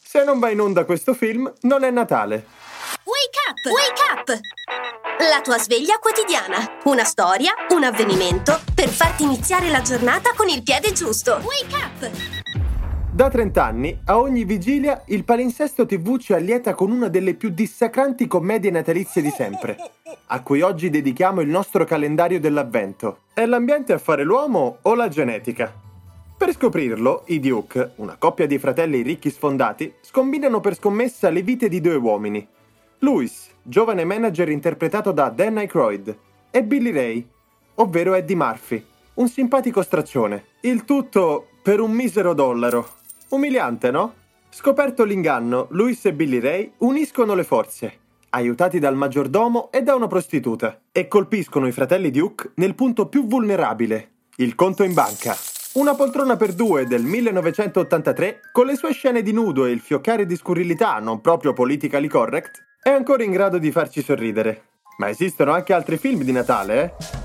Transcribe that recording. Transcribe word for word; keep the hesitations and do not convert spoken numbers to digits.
Se non va in onda questo film, non è Natale. Wake up! Wake up! La tua sveglia quotidiana. Una storia, un avvenimento per farti iniziare la giornata con il piede giusto. Wake up! Da trent'anni, a ogni vigilia, il palinsesto tivù ci allieta con una delle più dissacranti commedie natalizie di sempre, a cui oggi dedichiamo il nostro calendario dell'avvento. È l'ambiente a fare l'uomo o la genetica? Per scoprirlo, i Duke, una coppia di fratelli ricchi sfondati, scombinano per scommessa le vite di due uomini. Louis, giovane manager interpretato da Dan Aykroyd, e Billy Ray, ovvero Eddie Murphy, un simpatico straccione. Il tutto per un misero dollaro. Umiliante, no? Scoperto l'inganno, Louis e Billy Ray uniscono le forze, aiutati dal maggiordomo e da una prostituta, e colpiscono i fratelli Duke nel punto più vulnerabile, il conto in banca. Una poltrona per due del millenovecentottantatré, con le sue scene di nudo e il fioccare di scurrilità non proprio politically correct, è ancora in grado di farci sorridere. Ma esistono anche altri film di Natale, eh?